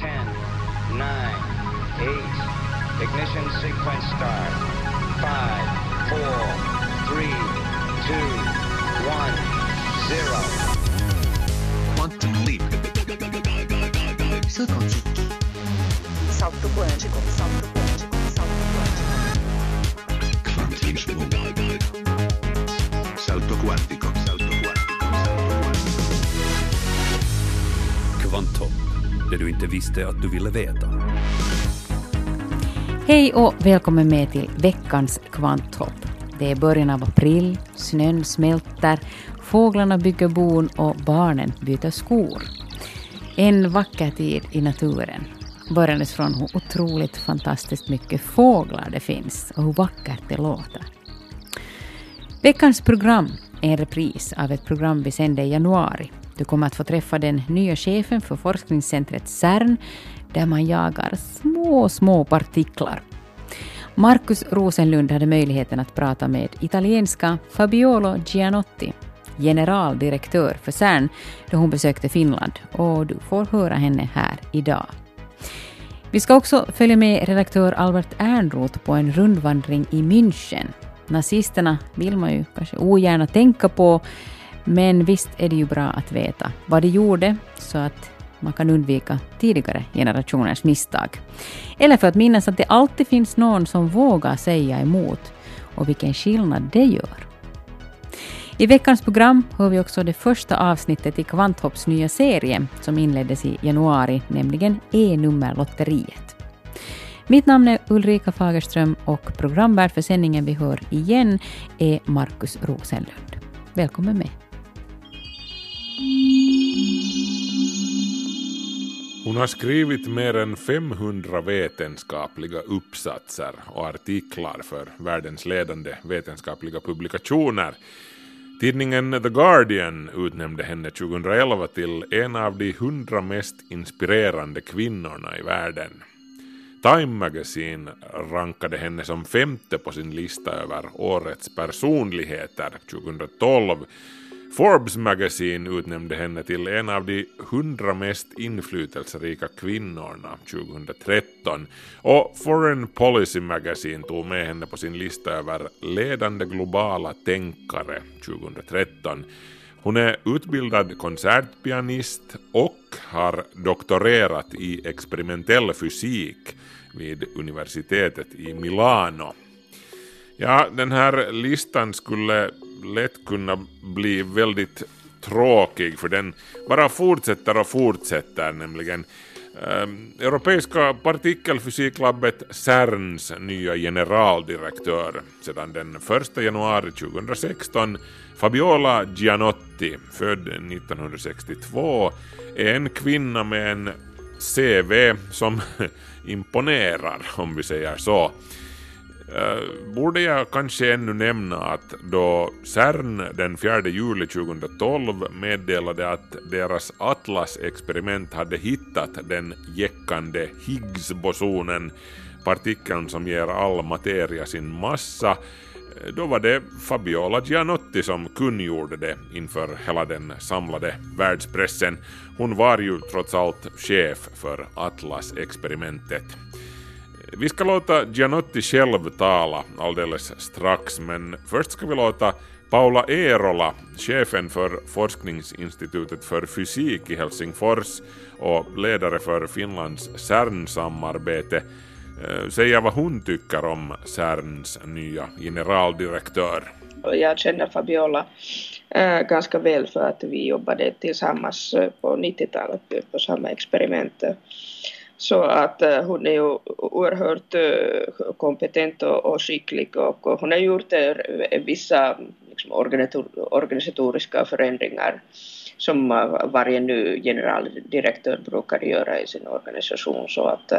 10, 9, 8. Ignition sequence start. 5, 4, 3, 2, 1, 0. Quantum leap. Saut quantique. Salto quântico, salto quântico, salto quântico. Kvantismo. Salto quantico, salto quantico, salto quantico. Kvanthopp, det du inte visste att du ville veta. Hej och välkommen med till veckans kvanthopp. Det är början av april, snön smälter, fåglarna bygger bon och barnen byter skor. En vacker tid i naturen. Börjandes från hur otroligt fantastiskt mycket fåglar det finns och hur vackert det låter. Veckans program är en repris av ett program vi sände i januari. Du kommer att få träffa den nya chefen för forskningscentret CERN där man jagar små partiklar. Markus Rosenlund hade möjligheten att prata med italienska Fabiola Gianotti, generaldirektör för CERN, då hon besökte Finland, och du får höra henne här idag. Vi ska också följa med redaktör Albert Ernroth på en rundvandring i München. Nazisterna vill man ju kanske ogärna tänka på, men visst är det ju bra att veta vad de gjorde så att man kan undvika tidigare generationers misstag. Eller för att minnas att det alltid finns någon som vågar säga emot och vilken skillnad det gör. I veckans program hör vi också det första avsnittet i Kvanthopps nya serie som inleddes i januari, nämligen E-nummerlotteriet. Mitt namn är Ulrika Fagerström och programvärd för sändningen vi hör igen är Markus Rosenlund. Välkommen med. Hon har skrivit mer än 500 vetenskapliga uppsatser och artiklar för världens ledande vetenskapliga publikationer. Tidningen The Guardian utnämnde henne 2011 till en av de 100 mest inspirerande kvinnorna i världen. Time Magazine rankade henne som 5:e på sin lista över årets personligheter 2012. Forbes Magazine utnämnde henne till en av de 100 mest inflytelserika kvinnorna 2013 och Foreign Policy Magazine tog med henne på sin lista över ledande globala tänkare 2013. Hon är utbildad konsertpianist och har doktorerat i experimentell fysik vid universitetet i Milano. Ja, den här listan skulle lätt kunna bli väldigt tråkig för den bara fortsätter nämligen. Europeiska partikelfysiklabbet CERNs nya generaldirektör sedan den 1 januari 2016, Fabiola Gianotti, född 1962, är en kvinna med en CV som imponerar, om vi säger så. Borde jag kanske ännu nämna att då CERN den 4 juli 2012 meddelade att deras Atlas-experiment hade hittat den jäckande Higgs-bosonen, partikeln som ger all materia sin massa, då var det Fabiola Gianotti som kungjorde det inför hela den samlade världspressen. Hon var ju trots allt chef för Atlas-experimentet. Vi ska låta Gianotti själv tala alldeles strax, men först ska vi låta Paula Eerola, chefen för forskningsinstitutet för fysik i Helsingfors och ledare för Finlands CERN-samarbete, säga vad hon tycker om CERNs nya generaldirektör. Jag känner Fabiola ganska väl för att vi jobbade tillsammans på 90-talet på samma experiment. Så att hon är ju oerhört kompetent och skicklig, och hon har gjort vissa liksom, organisatoriska förändringar som varje ny generaldirektör brukar göra i sin organisation. Så att,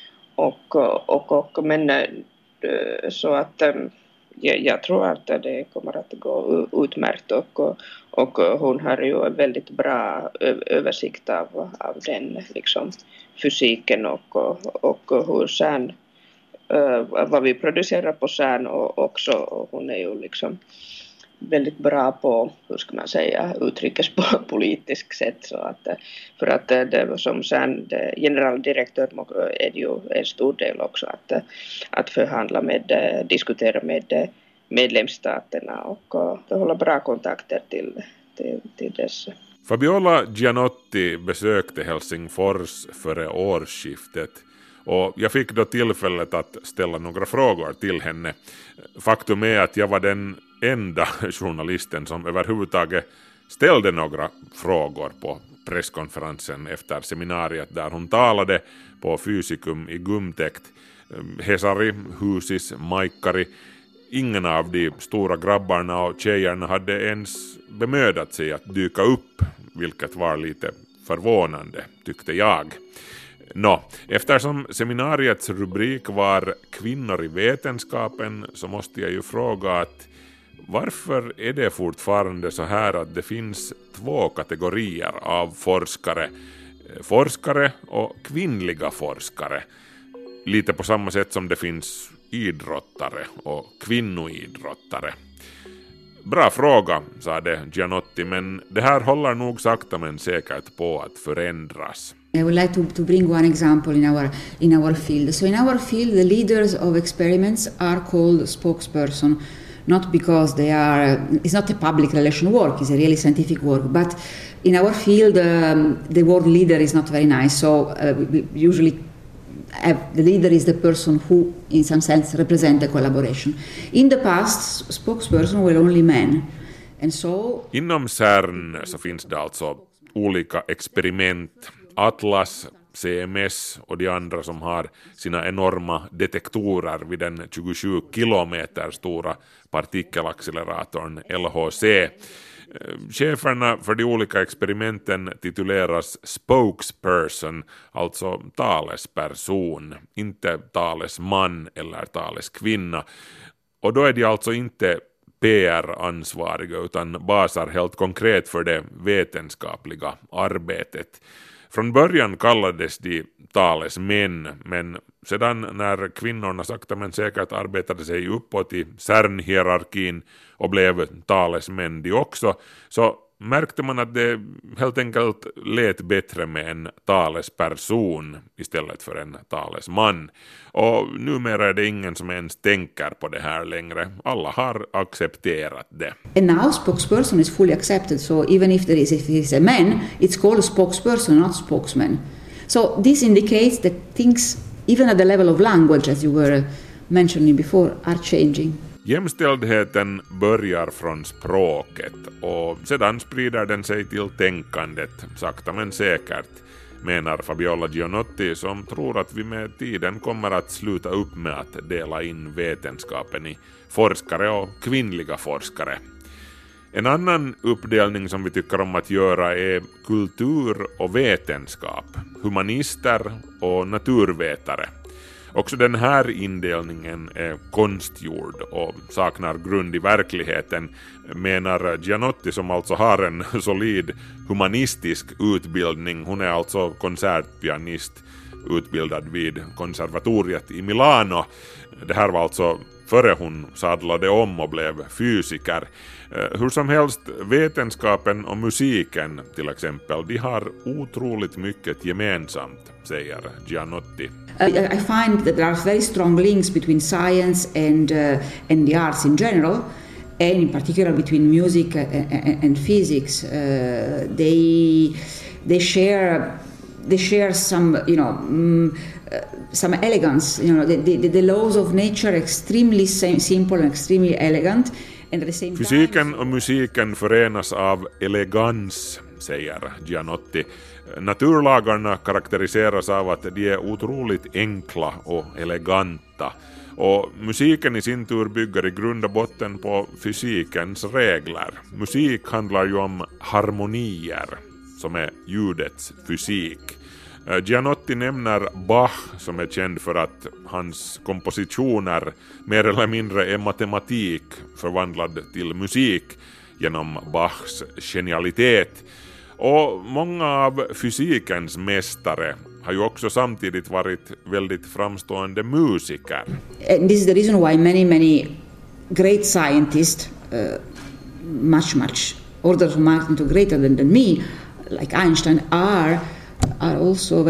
så att jag tror att det kommer att gå utmärkt, och hon har ju en väldigt bra översikt av den liksom, fysiken och hur CERN, vad vi producerar på CERN, och också hon är ju liksom väldigt bra på, hur ska man säga, utrikespolitiskt sätt. Så att, för att det som sen generaldirektör är ju en stor del också att förhandla diskutera med medlemsstaterna och hålla bra kontakter till dessa. Fabiola Gianotti besökte Helsingfors före årsskiftet och jag fick då tillfället att ställa några frågor till henne. Faktum är att jag var den enda journalisten som överhuvudtaget ställde några frågor på presskonferensen efter seminariet där hon talade på Fysikum i Gumtekt. Hesari, Husis, Maikkari. Ingen av de stora grabbarna och tjejerna hade ens bemödat sig att dyka upp, vilket var lite förvånande, tyckte jag. Eftersom seminariets rubrik var Kvinnor i vetenskapen så måste jag ju fråga att varför är det fortfarande så här att det finns 2 kategorier av forskare? Forskare och kvinnliga forskare. Lite på samma sätt som det finns idrottare och kvinnoidrottare. Bra fråga, sade Gianotti, men det här håller nog sakta men säkert på att förändras. I would like to bring one example in our field. So in our field, the leaders of experiments are called spokesperson, not because it's not a public relation work, it's a really scientific work, but in our field, the word leader is not very nice, so we usually the leader is the person who, in some sense, represents the collaboration. In the past, spokesperson were only men. And so... Inom CERN så finns det alltså olika experiment. Atlas, CMS och de andra som har sina enorma detektorer vid den 27 kilometer stora partikelacceleratorn LHC. Cheferna för de olika experimenten tituleras spokesperson, alltså talesperson, inte talesman eller taleskvinna. Och då är de alltså inte PR-ansvariga utan basar helt konkret för det vetenskapliga arbetet. Från början kallades de talesmän, men sedan när kvinnorna sakta men säkert arbetade sig uppåt i CERN-hierarkin och blev talesmän de också, så märkte man att det helt enkelt lät bättre med en talesperson istället för en talesman. Och numera är det ingen som ens tänker på det här längre. Alla har accepterat det. And now spokesperson is fully accepted, so even if it is a man, it's called a spokesperson, not spokesman. So this indicates that things, even at the level of language, as you were mentioning before, are changing. Jämställdheten börjar från språket och sedan sprider den sig till tänkandet, sakta men säkert, menar Fabiola Gianotti, som tror att vi med tiden kommer att sluta upp med att dela in vetenskapen i forskare och kvinnliga forskare. En annan uppdelning som vi tycker om att göra är kultur och vetenskap, humanister och naturvetare. Också den här indelningen är konstgjord och saknar grund i verkligheten, menar Gianotti, som alltså har en solid humanistisk utbildning. Hon är alltså konsertpianist utbildad vid konservatoriet i Milano. Det här var alltså före hon sadlade om och blev fysiker. Hur som helst, vetenskapen och musiken till exempel, de har otroligt mycket gemensamt, säger Gianotti. I find that there are very strong links between science and the arts in general, and in particular between music and physics. They share some, some elegance. The laws of nature are extremely simple and extremely elegant. And at the same Fysiken och musiken förenas av elegans, säger Gianotti. Naturlagarna karaktäriseras av att de är otroligt enkla och eleganta. Och musiken i sin tur bygger i grund och botten på fysikens regler. Musik handlar ju om harmonier, som är ljudets fysik. Gianotti nämner Bach, som är känd för att hans kompositioner mer eller mindre är matematik förvandlad till musik genom Bachs genialitet. Och många av fysikens mästare har ju också samtidigt varit väldigt framstående musiker. And this is the reason why many great scientists much orders of magnitude greater than me, like Einstein, are also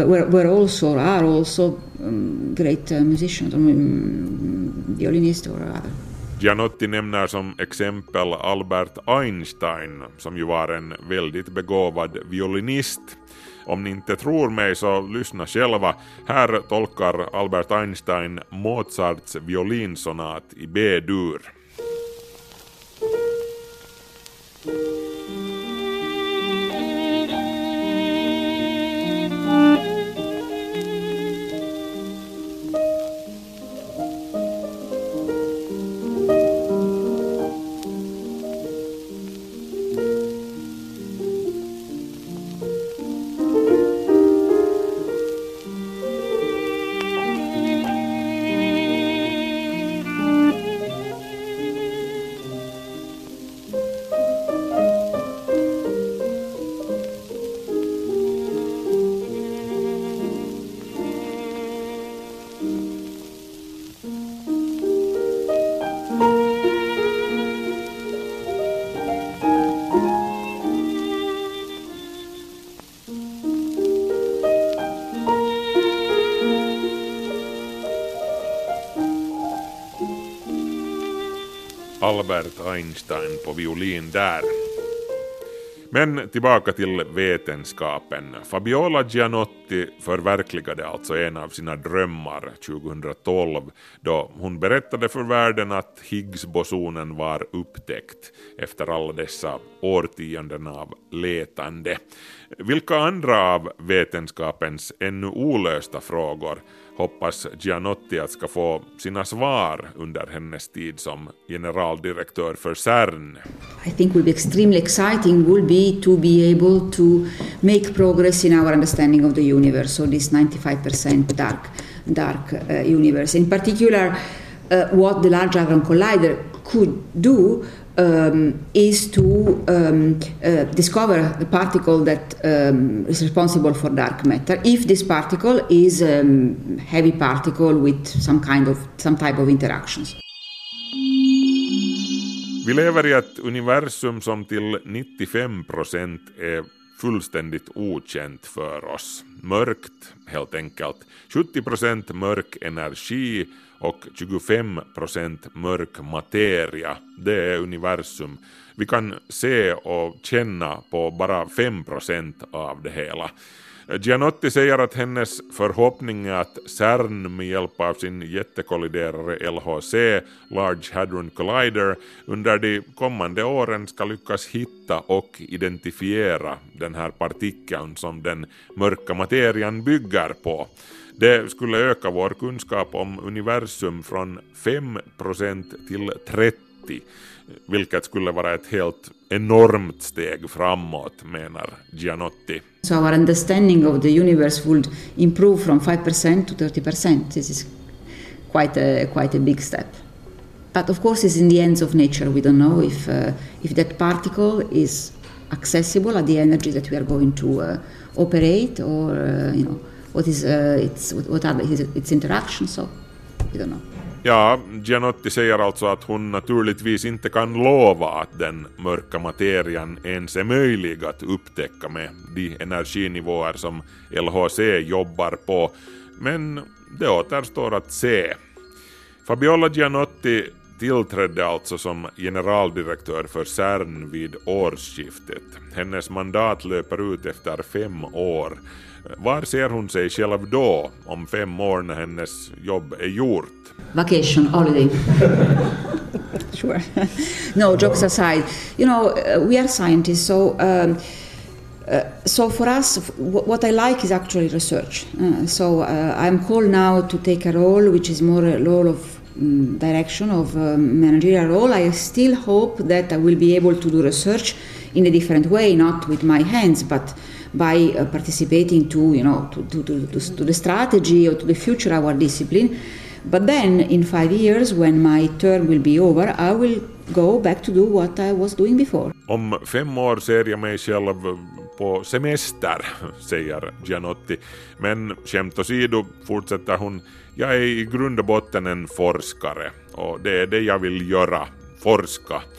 great musicians, violinists or other. Gianotti nämner som exempel Albert Einstein, som ju var en väldigt begåvad violinist. Om ni inte tror mig så lyssna själva. Här tolkar Albert Einstein Mozarts violinsonat i B-dur. Albert Einstein på violin där. Men tillbaka till vetenskapen. Fabiola Gianotti förverkligade alltså en av sina drömmar 2012 då hon berättade för världen att Higgs-bosonen var upptäckt efter alla dessa årtionden av letande. Vilka andra av vetenskapens ännu olösta frågor hoppas Gianotti att ska få sina svar under hennes tid som generaldirektör för CERN? I think will be extremely exciting will be to be able to make progress in our understanding of the universe, so this 95% dark universe. In particular, what the Large Hadron Collider could do is to discover the particle that is responsible for dark matter. If this particle is a heavy particle with some type of interactions. Vi lever i ett universum som till 95% är fullständigt okänt för oss. Mörkt helt enkelt. 70% mörk energi och 25% mörk materia. Det är universum. Vi kan se och känna på bara 5% av det hela. Gianotti säger att hennes förhoppning är att CERN med hjälp av sin jättekolliderare LHC, Large Hadron Collider, under de kommande åren ska lyckas hitta och identifiera den här partikeln som den mörka materian bygger på. Det skulle öka vår kunskap om universum från 5% till 30%, vilket skulle vara ett helt enormt steg framåt, menar Gianotti. So our understanding of the universe would improve from 5% to 30%. This is quite a big step. But of course it's in the hands of nature. We don't know if that particle is accessible at the energy that we are going to operate, or what are its interactions, so we don't know. Ja, Gianotti säger alltså att hon naturligtvis inte kan lova att den mörka materian ens är möjlig att upptäcka med de energinivåer som LHC jobbar på, men det återstår att se. Fabiola Gianotti tillträdde alltså som generaldirektör för CERN vid årsskiftet. Hennes mandat löper ut efter 5 år. Var ser hon sig själv då, om 5 år när hennes jobb är gjort? Vacation, holiday. Sure. No, jokes aside. We are scientists, so for us, what I like is actually research. I'm called now to take a role which is more a role of direction, of managerial role. I still hope that I will be able to do research in a different way, not with my hands, but by participating to the strategy or to the future of our discipline. But then in 5 years, when my term will be over, I will go back to do what I was doing before. Om 5 år ser jag mig själv på semester, säger Gianotti. Men skämt åsido, fortsätter hon, jag är i grund och botten en forskare och det är det jag vill göra, forska.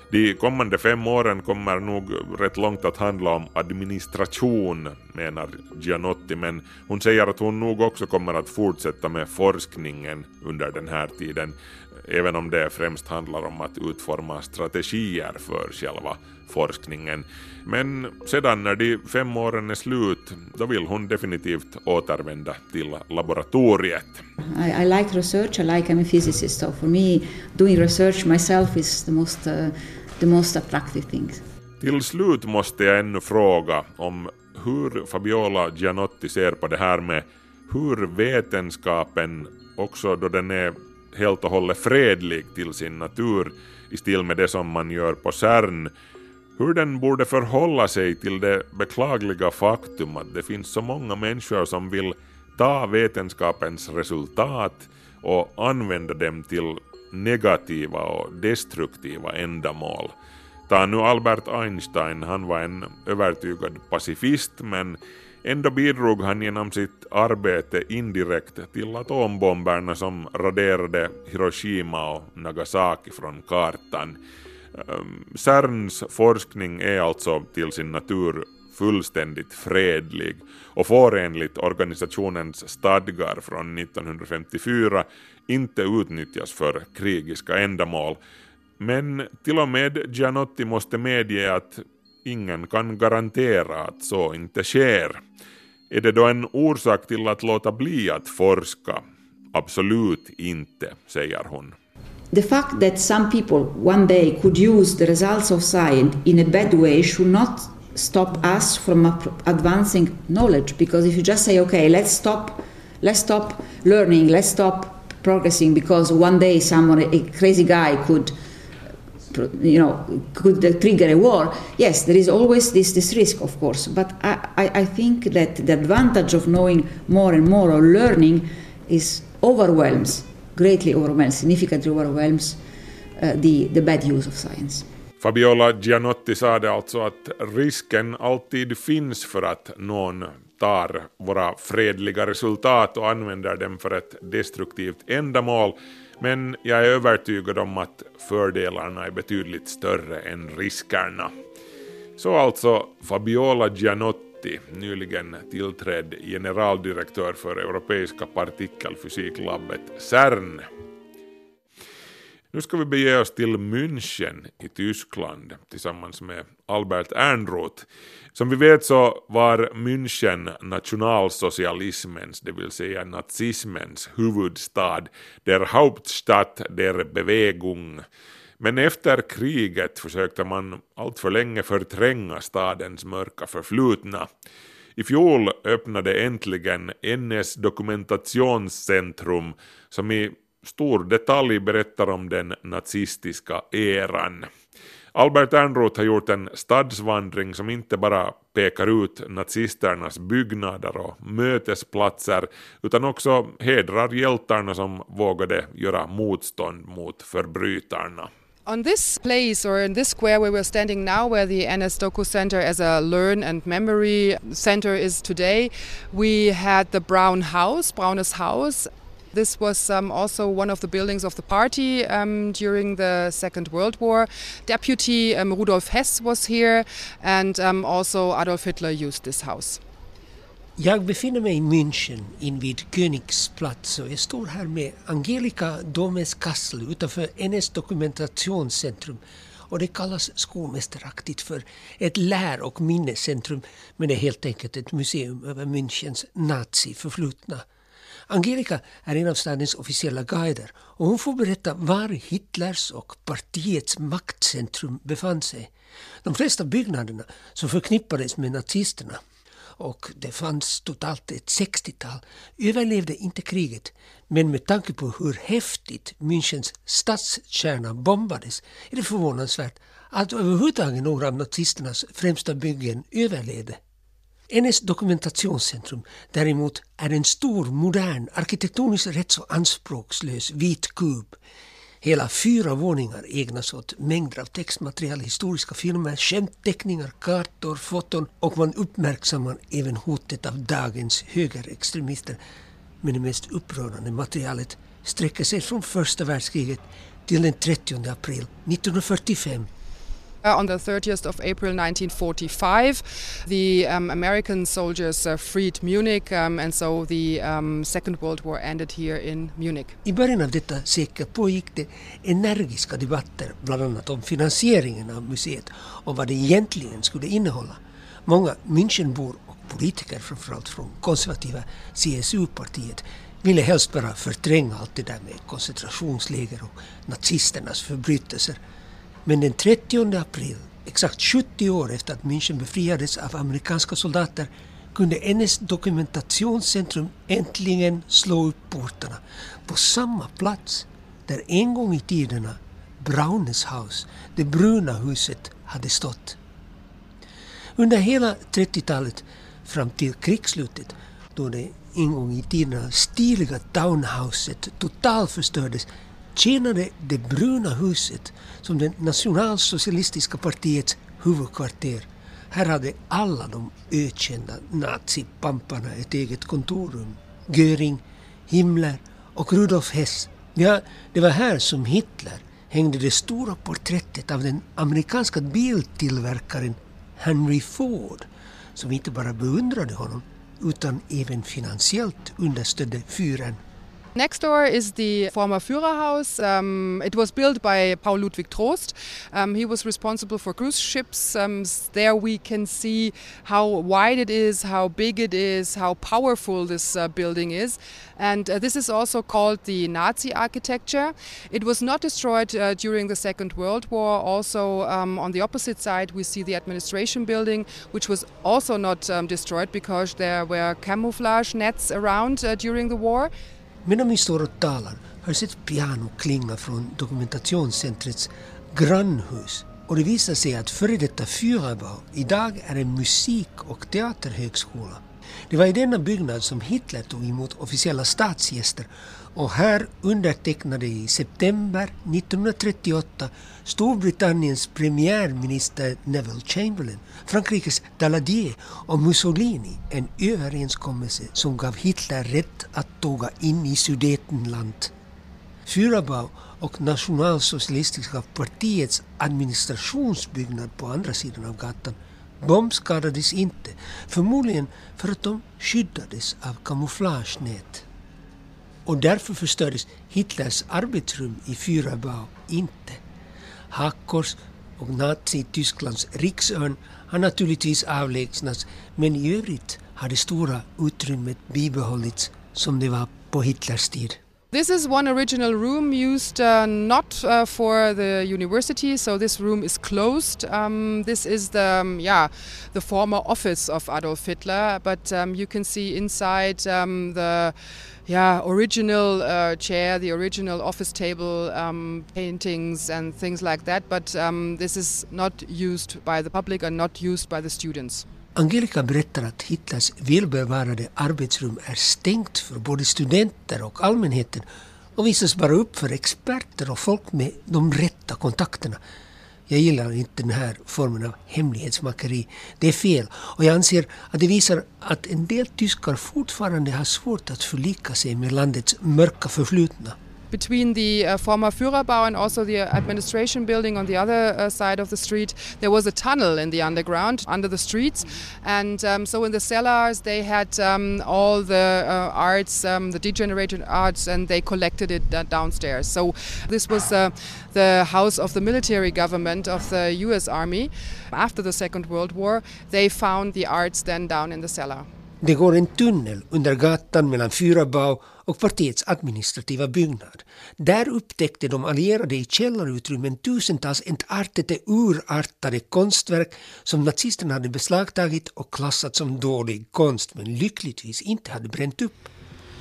De kommande 5 åren kommer nog rätt långt att handla om administration, menar Gianotti, men hon säger att hon nog också kommer att fortsätta med forskningen under den här tiden, även om det främst handlar om att utforma strategier för själva forskningen. Men sedan när de 5 åren är slut, då vill hon definitivt återvända till laboratoriet. I like research, I like, I'm a physicist, so for me doing research myself is the most attractive thing. Till slut måste jag ännu fråga om hur Fabiola Gianotti ser på det här med hur vetenskapen, också då den är helt och hållet fredlig till sin natur i stil med det som man gör på CERN, hur den borde förhålla sig till det beklagliga faktum att det finns så många människor som vill ta vetenskapens resultat och använda dem till negativa och destruktiva ändamål. Ta nu Albert Einstein, han var en övertygad pacifist, men ändå bidrog han genom sitt arbete indirekt till atombomberna som raderade Hiroshima och Nagasaki från kartan. CERNs forskning är alltså till sin natur fullständigt fredlig och får enligt organisationens stadgar från 1954 inte utnyttjas för krigiska ändamål. Men till och med Gianotti måste medge att ingen kan garantera att så inte sker. Är det då en orsak till att låta bli att forska? Absolut inte, säger hon. The fact that some people one day could use the results of science in a bad way should not stop us from advancing knowledge, because if you just say, okay, let's stop learning, let's stop progressing because one day a crazy guy could trigger a war. Yes, there is always this risk, of course, but I think that the advantage of knowing more and more or learning significantly overwhelms the bad use of science. Fabiola Gianotti sa det alltså att risken alltid finns för att någon tar våra fredliga resultat och använder dem för ett destruktivt ändamål, men jag är övertygad om att fördelarna är betydligt större än riskerna. Så alltså Fabiola Gianotti, nyligen tillträdd generaldirektör för Europeiska partikelfysiklabbet CERN. Nu ska vi bege oss till München i Tyskland tillsammans med Albert Ehrnrooth. Som vi vet så var München nationalsocialismens, det vill säga nazismens huvudstad, der Hauptstadt der Bewegung. Men efter kriget försökte man allt för länge förtränga stadens mörka förflutna. I fjol öppnade äntligen NS Dokumentationscentrum som i stor detalj berättar om den nazistiska eran. Albert Ehrnrooth har gjort en stadsvandring som inte bara pekar ut nazisternas byggnader och mötesplatser utan också hedrar hjältarna som vågade göra motstånd mot förbrytarna. On this place or in this square where we're standing now, where the NS Doku Center as a learn and memory center is today, we had the Braunes House. This was also one of the buildings of the party during the Second World War. Deputy Rudolf Hess was here, and also Adolf Hitler used this house. Jag befinner mig i München invid Königsplatz och jag står här med Angelika Domes-Kassel utanför NS Dokumentationscentrum, och det kallas skolmästaraktigt för ett lär- och minnescentrum, men det är helt enkelt ett museum över Münchens nazi-förflutna. Angelika är en av stadens officiella guider och hon får berätta var Hitlers och partiets maktcentrum befann sig. De flesta byggnaderna som förknippades med nazisterna, och det fanns totalt ett 60-tal, överlevde inte kriget, men med tanke på hur häftigt Münchens stadskärna bombades är det förvånansvärt att överhuvudtaget några av nazisternas främsta byggen överlevde. NS Dokumentationscentrum däremot är en stor, modern, arkitektoniskt rätt så anspråkslös vit kub. Hela 4 våningar ägnas åt mängder av textmaterial, historiska filmer, skämtteckningar, kartor, foton, och man uppmärksammar även hotet av dagens högerextremister. Men det mest upprörande materialet sträcker sig från första världskriget till den 30 april 1945 On the 30th of April 1945, the American soldiers freed Munich, and so the Second World War ended here in Munich. I början av detta sekel pågick det energiska debatter bland annat om finansieringen av museet och vad det egentligen skulle innehålla. Många Münchenbor och politiker, framförallt från konservativa CSU-partiet, ville helst bara förtränga allt det där med koncentrationsläger och nazisternas förbrytelser. Men den 30 april, exakt 70 år efter att München befriades av amerikanska soldater, kunde NS dokumentationscentrum äntligen slå upp portarna på samma plats där en gång i tiderna Braunes Haus, det bruna huset, hade stått. Under hela 30-talet fram till krigsslutet, då det en gång i tiderna stiliga townhouset totalt förstördes, tjänade det bruna huset som det nationalsocialistiska partiets huvudkvarter. Här hade alla de ökända nazipamparna ett eget kontorrum. Göring, Himmler och Rudolf Hess. Ja, det var här som Hitler hängde det stora porträttet av den amerikanska biltillverkaren Henry Ford, som inte bara beundrade honom utan även finansiellt understödde Führern. Next door is the former Führerhaus. It was built by Paul Ludwig Trost. He was responsible for cruise ships. There we can see how wide it is, how big it is, how powerful this building is. And this is also called the Nazi architecture. It was not destroyed during the Second World War. Also on the opposite side we see the administration building, which was also not destroyed because there were camouflage nets around during the war. Medan vi står och talar hörs ett piano klinga från dokumentationscentrets grannhus. Och det visar sig att före detta Führerbau idag är en musik- och teaterhögskola. Det var i denna byggnad som Hitler tog emot officiella statsgäster, och här undertecknade i september 1938 Storbritanniens premiärminister Neville Chamberlain, Frankrikes Daladier och Mussolini en överenskommelse som gav Hitler rätt att tåga in i Sudetenland. Führerbau och nationalsocialistiska partiets administrationsbyggnad på andra sidan av gatan bombskadades inte, förmodligen för att de skyddades av kamouflagenät. Och därför förstördes Hitlers arbetsrum i Führerbau inte. Hakkors och Nazi-Tysklands riksörn har naturligtvis avlägsnats, men i övrigt har det stora utrymmet bibehållits som det var på Hitlers tid. This is one original room used not for the university, so this room is closed. This is the former office of Adolf Hitler, but you can see inside the original chair, the original office table, paintings and things like that, but this is not used by the public and not used by the students. Angelica berättar att Hitlers välbevarade arbetsrum är stängt för både studenter och allmänheten och visas bara upp för experter och folk med de rätta kontakterna. Jag gillar inte den här formen av hemlighetsmakeri. Det är fel, och jag anser att det visar att en del tyskar fortfarande har svårt att förlika sig med landets mörka förflutna. Between the former Führerbau and also the administration building on the other side of the street, there was a tunnel in the underground, under the streets. And so in the cellars they had all the arts, the degenerated arts, and they collected it downstairs. So this was the house of the military government of the US Army. After the Second World War, they found the arts then down in the cellar. Det går en tunnel under gatan mellan Führerbau och partiets administrativa byggnad. Där upptäckte de allierade i källarutrymmen tusentals entartade urartade konstverk som nazisterna hade beslagtagit och klassat som dålig konst, men lyckligtvis inte hade bränt upp.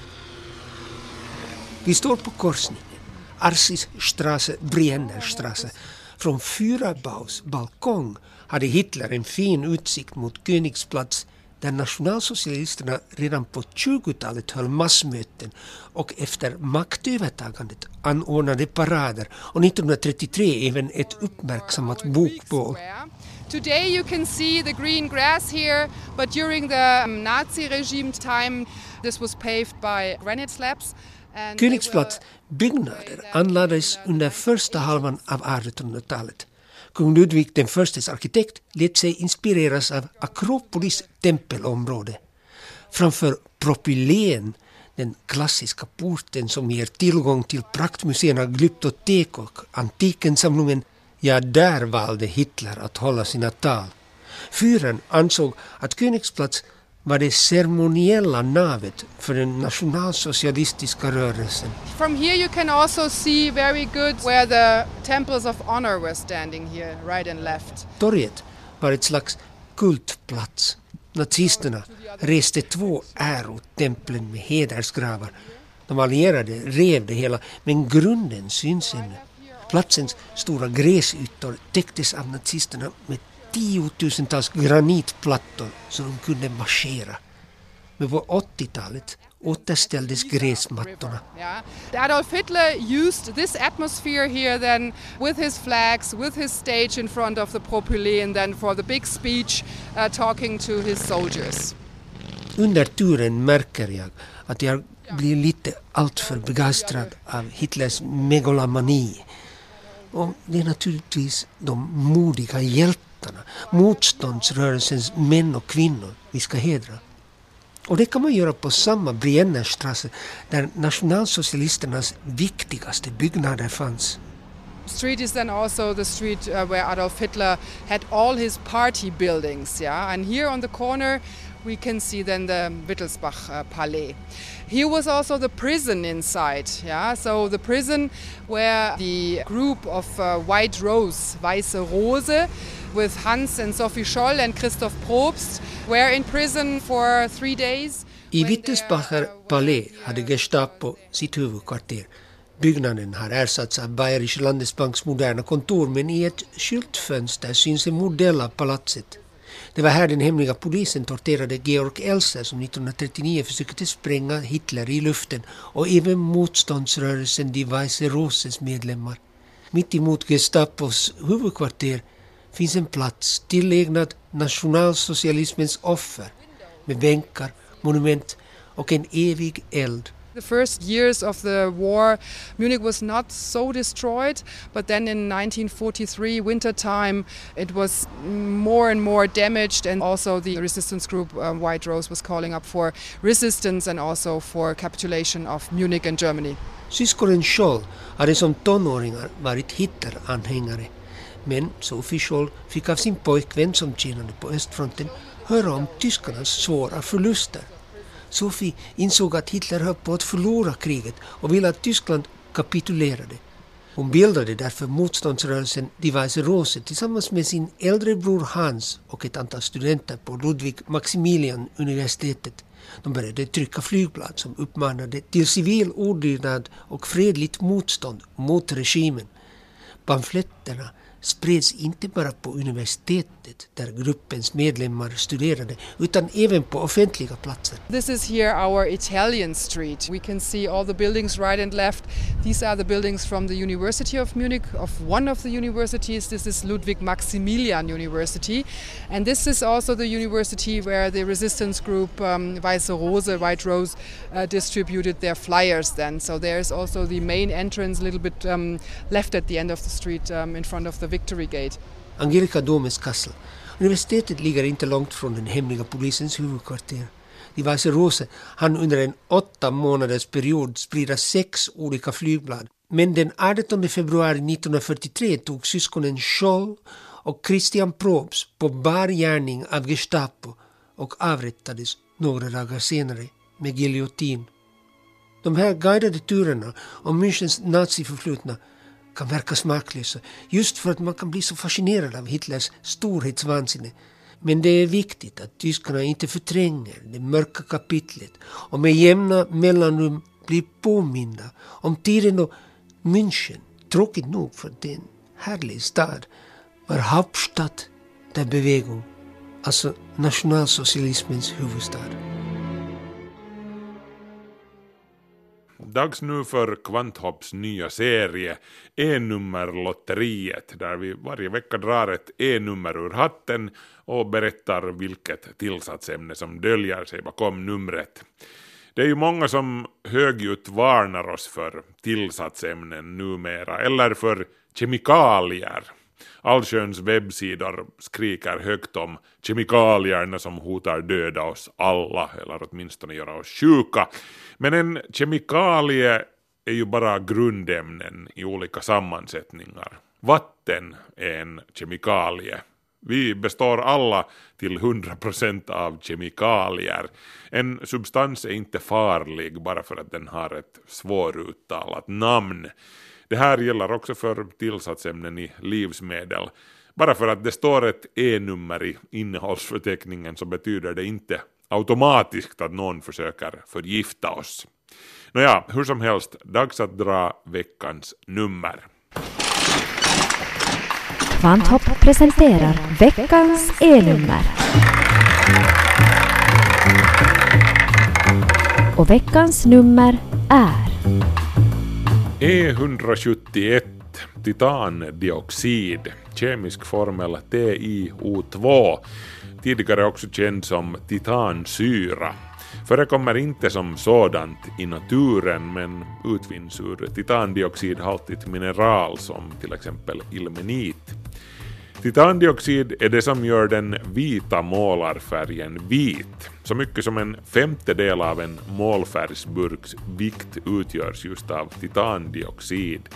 Vi står på korsningen, Arcisstraße-Briennerstraße. Från Führerbaus balkong hade Hitler en fin utsikt mot Königsplatz, där nationalsocialisterna redan på 20-talet höll massmöten och efter maktövertagandet anordnade parader, och 1933 även ett uppmärksammat bokbål. Today you can see the green grass here, but during the Nazi regime time this was paved by granite slabs. Königsplatz byggnader anlades under första halvan av 1800-talet. Kung Ludvig den förstes arkitekt lät sig inspireras av Akropolis tempelområde. Framför propylen, den klassiska porten som ger tillgång till praktmuseerna Glyptotek och Antikensamlingen, ja, där valde Hitler att hålla sina tal. Führern ansåg att Königsplatz var det ceremoniella navet för den nationalsocialistiska rörelsen. From here you can also see very good where the temples of honor were standing here, right and left. Torget var ett slags kultplats. Nazisterna reste 2 ärotemplen med hedersgravar. De allierade rev det hela, men grunden syns ännu. Platsens stora gräsytor täcktes av nazisterna med 10 000-tals granitplattor så de kunde marschera. Men på 80-talet återställdes gräsmattorna. Adolf Hitler used this atmosphere here then with his flags, with his stage in front of the propylen then for the big speech talking to his soldiers. Under turen märker jag att jag blir lite alltför begeistrad av Hitlers megalomani. Och det är naturligtvis de modiga hjältarna, motståndsrörelsens män och kvinnor vi ska hedra. Och det kan man göra på samma Briennerstrasse där nationalsocialisternas viktigaste byggnader fanns. Street is then also the street where Adolf Hitler had all his party buildings, yeah. And here on the corner we can see then the Wittelsbach Palais. Here was also the prison inside, yeah. So the prison where the group of White Rose, Weiße Rose, with Hans and Sophie Scholl and Christoph Probst, were in prison for 3 days. I Wittelsbacher Palais hade Gestapo sitt huvudkvarter. Byggnaden har ersatts av Bayerische Landesbanks moderna kontor, men i ett skyltfönster syns en modell av palatset. Det var här den hemliga polisen torterade Georg Elser som 1939 försökte spränga Hitler i luften och även motståndsrörelsen Die Weiße Roses medlemmar. Mitt emot Gestapos huvudkvarter finns en plats tillägnad nationalsocialismens offer med bänkar, monument och en evig eld. The first years of the war, Munich was not so destroyed, but then in 1943 wintertime it was more and more damaged, and also the resistance group White Rose was calling up for resistance and also for capitulation of Munich and Germany. Syskonen Scholl hade som tonåringar varit Hitler-anhängare, men Sophie Scholl fick av sin pojkvän som tjänade på östfronten höra om tyskarnas svåra förluster. Sophie insåg att Hitler höll på att förlora kriget och ville att Tyskland kapitulerade. Hon bildade därför motståndsrörelsen Die Weiße Rose tillsammans med sin äldre bror Hans och ett antal studenter på Ludwig Maximilian-universitetet. De började trycka flygblad som uppmanade till civil ordnad och fredligt motstånd mot regimen. Pamfletterna spreds inte bara på universitetet där gruppens medlemmar studerade utan även på offentliga platser. This is here our Italian street. We can see all the buildings right and left. These are the buildings from the University of Munich, of one of the universities. This is Ludwig Maximilian University, and this is also the university where the resistance group Weiße Rose, White Rose distributed their flyers then. So there is also the main entrance a little bit left at the end of the street in front of the Victory Gate. Angelika Domes Kassel. Universitetet ligger inte långt från den hemliga polisens huvudkvarter. Die Weiße Rose hann under en 8 månaders period sprida 6 olika flygblad. Men den 18 februari 1943 tog syskonen Scholl och Christian Probst på bar gärning av Gestapo och avrättades några dagar senare med giljotin. De här guidade turerna om Münchens naziförflutna kan verka smaklösa just för att man kan bli så fascinerad av Hitlers storhetsvansinne. Men det är viktigt att tyskarna inte förtränger det mörka kapitlet och med jämna mellanrum blir påminda om tiden då München, tråkigt nog för det är en härlig stad, var Hauptstadt der Bewegung, alltså nationalsocialismens huvudstad. Dags nu för Kvanthopps nya serie E-nummerlotteriet, där vi varje vecka drar ett E-nummer ur hatten och berättar vilket tillsatsämne som döljer sig bakom numret. Det är ju många som högljutt varnar oss för tillsatsämnen numera, eller för kemikalier. Allsköns webbsidor skriker högt om kemikalierna som hotar döda oss alla, eller åtminstone göra oss sjuka. Men en kemikalie är ju bara grundämnen i olika sammansättningar. Vatten är en kemikalie. Vi består alla till 100% av kemikalier. En substans är inte farlig bara för att den har ett svåruttalat namn. Det här gäller också för tillsatsämnen i livsmedel. Bara för att det står ett E-nummer i innehållsförteckningen så betyder det inte automatiskt att någon försöker förgifta oss. Nåja, hur som helst, dags att dra veckans nummer. Kvanthopp presenterar veckans E-nummer. Och veckans nummer är E171, titandioxid, kemisk formel TiO2, tidigare också känd som titansyra. Förekommer inte som sådant i naturen men utvinns ur titandioxidhaltigt mineral som till exempel ilmenit. Titandioxid är det som gör den vita målarfärgen vit. Så mycket som 1/5 av en målfärgsburks vikt utgörs just av titandioxid.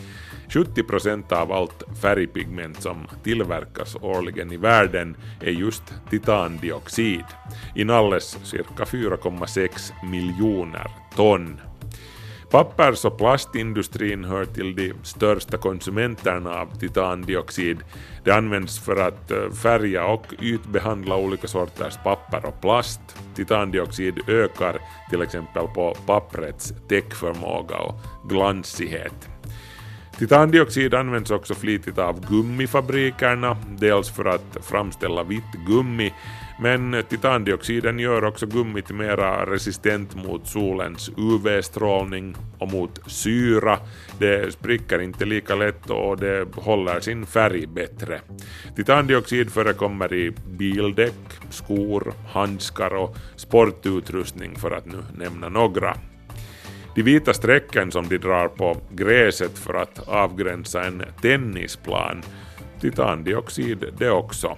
70% av allt färgpigment som tillverkas årligen i världen är just titandioxid. Inalles cirka 4,6 miljoner ton. Pappers- och plastindustrin hör till de största konsumenterna av titandioxid. Det används för att färga och ytbehandla olika sorters papper och plast. Titandioxid ökar till exempel på papprets täckförmåga och glansighet. Titandioxid används också flitigt av gummifabrikerna, dels för att framställa vitt gummi, men titandioxiden gör också gummit mera resistent mot solens UV-strålning och mot syra. Det spricker inte lika lätt och det håller sin färg bättre. Titandioxid förekommer i bildäck, skor, handskar och sportutrustning för att nu nämna några. De vita strecken som de drar på gräset för att avgränsa en tennisplan, titandioxid det också.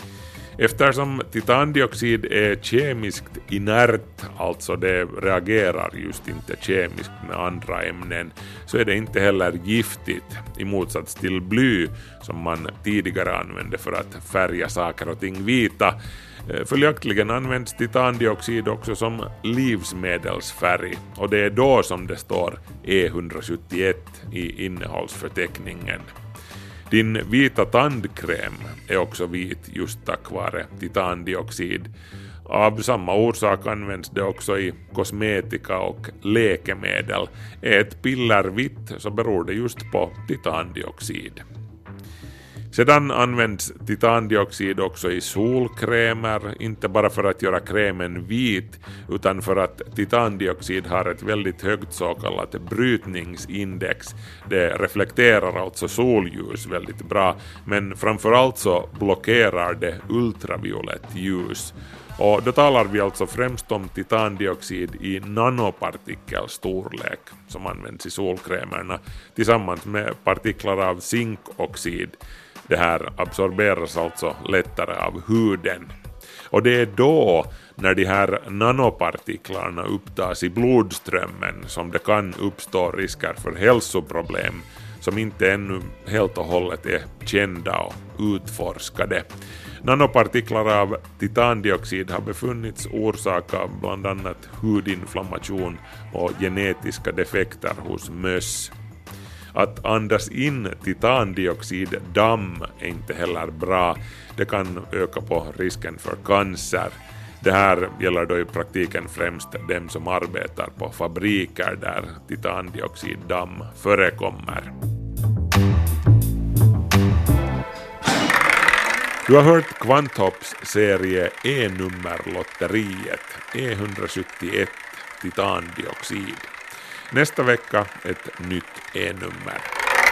Eftersom titandioxid är kemiskt inert, alltså det reagerar just inte kemiskt med andra ämnen, så är det inte heller giftigt i motsats till bly som man tidigare använde för att färga saker och ting vita. Följaktligen används titandioxid också som livsmedelsfärg och det är då som det står E171 i innehållsförteckningen. Din vita tandkräm är också vit just tack vare titandioxid. Av samma orsak används det också i kosmetika och läkemedel. Är ett piller vitt så beror det just på titandioxid. Sedan används titandioxid också i solkrämer, inte bara för att göra krämen vit utan för att titandioxid har ett väldigt högt så kallat brytningsindex. Det reflekterar alltså solljus väldigt bra, men framförallt så blockerar det ultraviolett ljus. Och då talar vi alltså främst om titandioxid i nanopartikelstorlek som används i solkrämerna tillsammans med partiklar av zinkoxid. Det här absorberas alltså lättare av huden. Och det är då, när de här nanopartiklarna upptas i blodströmmen, som det kan uppstå risker för hälsoproblem som inte ännu helt och hållet är kända och utforskade. Nanopartiklar av titandioxid har befunnits orsaka bland annat hudinflammation och genetiska defekter hos möss. Att andas in titandioxiddamm är inte heller bra. Det kan öka på risken för cancer. Det här gäller då i praktiken främst dem som arbetar på fabriker där titandioxiddamm förekommer. Du har hört Kvanthopps serie E-nummerlotteriet, E171 titandioxid. Nästa vecka ett nytt E-nummer.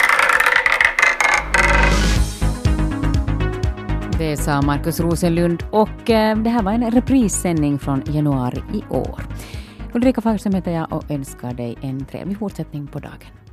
Det sa Markus Rosenlund och det här var en reprissändning från januari i år. Ulrika Fagerström heter jag och önskar dig en trevlig fortsättning på dagen.